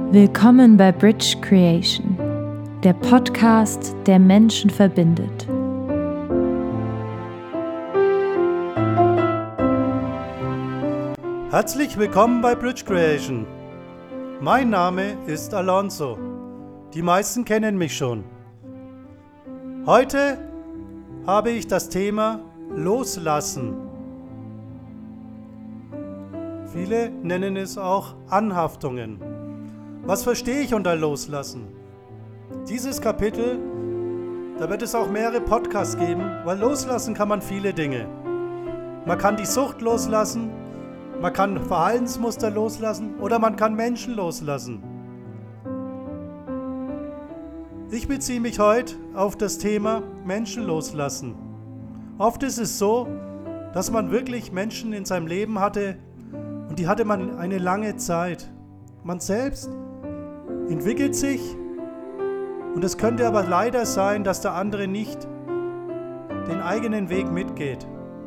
Willkommen bei Bridge Creation, der Podcast, der Menschen verbindet. Herzlich willkommen bei Bridge Creation. Mein Name ist Alonso. Die meisten kennen mich schon. Heute habe ich das Thema Loslassen. Viele nennen es auch Anhaftungen. Was verstehe ich unter Loslassen? Dieses Kapitel, da wird es auch mehrere Podcasts geben, weil loslassen kann man viele Dinge. Man kann die Sucht loslassen, man kann Verhaltensmuster loslassen oder man kann Menschen loslassen. Ich beziehe mich heute auf das Thema Menschen loslassen. Oft ist es so, dass man wirklich Menschen in seinem Leben hatte und die hatte man eine lange Zeit. Man selbst entwickelt sich und es könnte aber leider sein, dass der andere nicht den eigenen Weg mitgeht.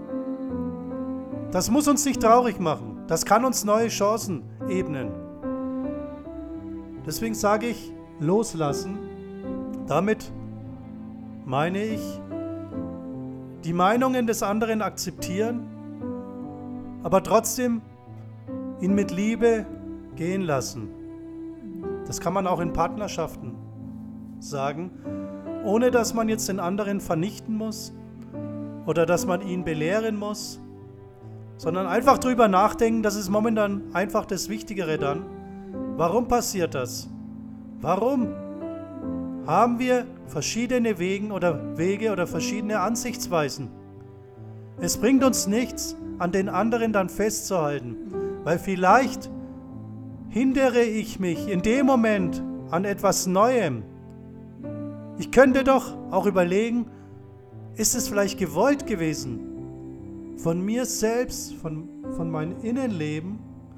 Das muss uns nicht traurig machen. Das kann uns neue Chancen ebnen. Deswegen sage ich, loslassen. Damit meine ich, die Meinungen des anderen akzeptieren, aber trotzdem ihn mit Liebe gehen lassen. Das kann man auch in Partnerschaften sagen, ohne dass man jetzt den anderen vernichten muss oder dass man ihn belehren muss, sondern einfach drüber nachdenken, das ist momentan einfach das Wichtigere dann. Warum passiert das? Warum haben wir verschiedene Wege oder verschiedene Ansichtsweisen? Es bringt uns nichts, an den anderen dann festzuhalten, weil vielleicht hindere ich mich in dem Moment an etwas Neuem. Ich könnte doch auch überlegen, ist es vielleicht gewollt gewesen? Von mir selbst, von meinem Innenleben,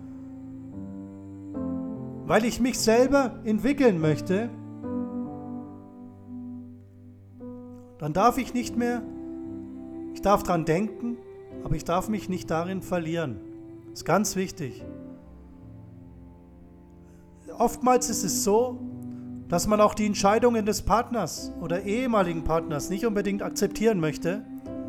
weil ich mich selber entwickeln möchte, dann darf ich nicht mehr, ich darf dran denken, aber ich darf mich nicht darin verlieren. Das ist ganz wichtig. Oftmals ist es so, dass man auch die Entscheidungen des Partners oder ehemaligen Partners nicht unbedingt akzeptieren möchte.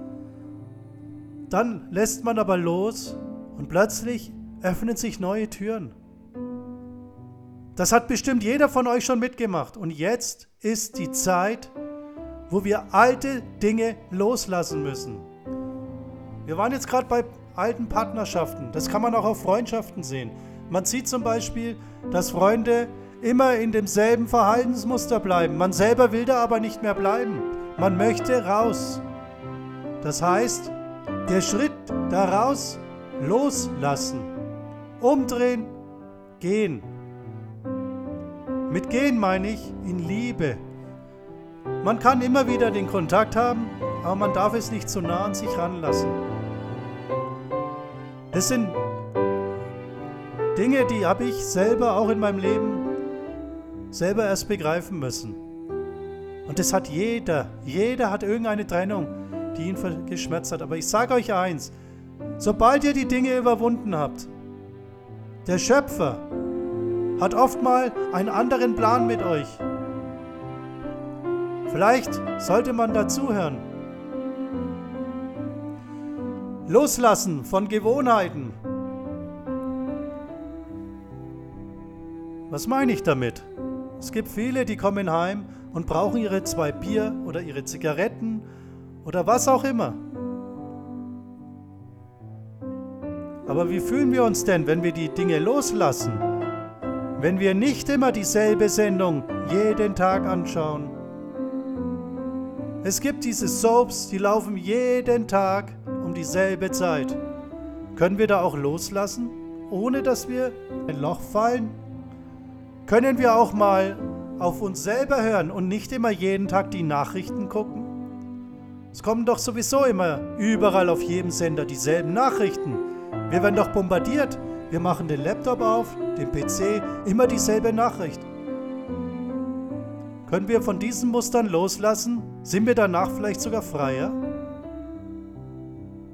Dann lässt man aber los und plötzlich öffnen sich neue Türen. Das hat bestimmt jeder von euch schon mitgemacht. Und jetzt ist die Zeit, wo wir alte Dinge loslassen müssen. Wir waren jetzt gerade bei alten Partnerschaften. Das kann man auch auf Freundschaften sehen. Man sieht zum Beispiel, dass Freunde immer in demselben Verhaltensmuster bleiben. Man selber will da aber nicht mehr bleiben. Man möchte raus. Das heißt, der Schritt daraus, loslassen, umdrehen, gehen. Mit gehen meine ich in Liebe. Man kann immer wieder den Kontakt haben, aber man darf es nicht zu nah an sich ranlassen. Das sind Dinge, die habe ich selber auch in meinem Leben selber erst begreifen müssen. Und das hat jeder. Jeder hat irgendeine Trennung, die ihn geschmerzt hat. Aber ich sage euch eins, sobald ihr die Dinge überwunden habt, der Schöpfer hat oft mal einen anderen Plan mit euch. Vielleicht sollte man dazuhören. Loslassen von Gewohnheiten. Was meine ich damit? Es gibt viele, die kommen heim und brauchen ihre 2 Bier oder ihre Zigaretten oder was auch immer. Aber wie fühlen wir uns denn, wenn wir die Dinge loslassen? Wenn wir nicht immer dieselbe Sendung jeden Tag anschauen? Es gibt diese Soaps, die laufen jeden Tag um dieselbe Zeit. Können wir da auch loslassen, ohne dass wir in ein Loch fallen? Können wir auch mal auf uns selber hören und nicht immer jeden Tag die Nachrichten gucken? Es kommen doch sowieso immer überall auf jedem Sender dieselben Nachrichten. Wir werden doch bombardiert. Wir machen den Laptop auf, den PC, immer dieselbe Nachricht. Können wir von diesen Mustern loslassen? Sind wir danach vielleicht sogar freier?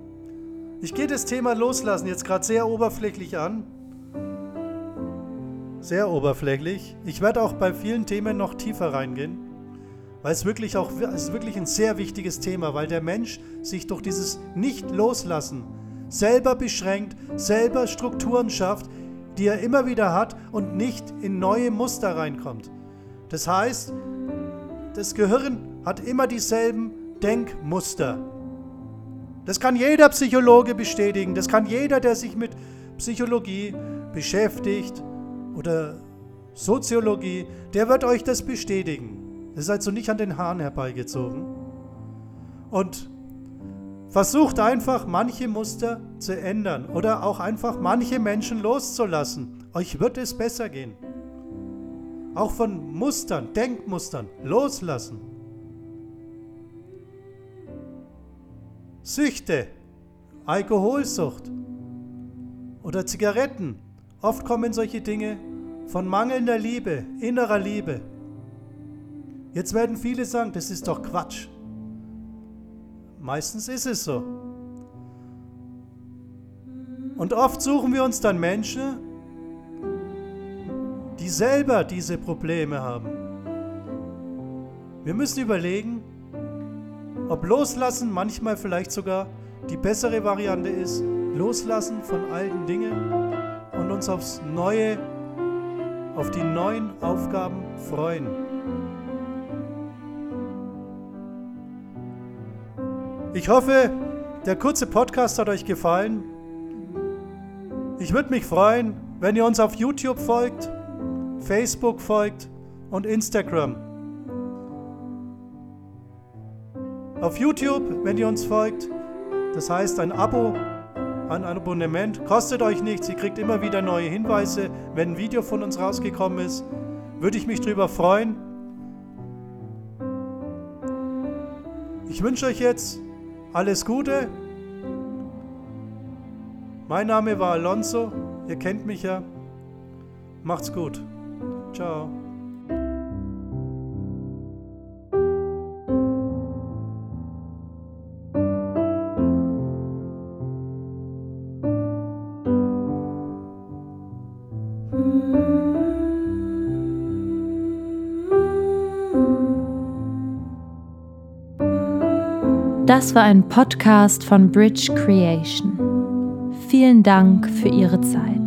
Ich gehe das Thema Loslassen jetzt gerade sehr oberflächlich an. sehr oberflächlich. Ich werde auch bei vielen Themen noch tiefer reingehen, weil es ist wirklich ein sehr wichtiges Thema, weil der Mensch sich durch dieses Nicht-Loslassen selber beschränkt, selber Strukturen schafft, die er immer wieder hat und nicht in neue Muster reinkommt. Das heißt, das Gehirn hat immer dieselben Denkmuster. Das kann jeder Psychologe bestätigen, das kann jeder, der sich mit Psychologie beschäftigt oder Soziologie, der wird euch das bestätigen. Das ist also nicht an den Haaren herbeigezogen. Und versucht einfach, manche Muster zu ändern oder auch einfach manche Menschen loszulassen. Euch wird es besser gehen. Auch von Mustern, Denkmustern loslassen. Süchte, Alkoholsucht oder Zigaretten. Oft kommen solche Dinge von mangelnder Liebe, innerer Liebe. Jetzt werden viele sagen, das ist doch Quatsch. Meistens ist es so. Und oft suchen wir uns dann Menschen, die selber diese Probleme haben. Wir müssen überlegen, ob Loslassen manchmal vielleicht sogar die bessere Variante ist. Loslassen von alten Dingen und uns auf die neuen Aufgaben freuen. Ich hoffe, der kurze Podcast hat euch gefallen. Ich würde mich freuen, wenn ihr uns auf YouTube folgt, Facebook folgt und Instagram. Auf YouTube, wenn ihr uns folgt, das heißt ein Abo, ein Abonnement, kostet euch nichts. Ihr kriegt immer wieder neue Hinweise, wenn ein Video von uns rausgekommen ist. Würde ich mich drüber freuen. Ich wünsche euch jetzt alles Gute. Mein Name war Alonso. Ihr kennt mich ja. Macht's gut. Ciao. Das war ein Podcast von Bridge Creation. Vielen Dank für Ihre Zeit.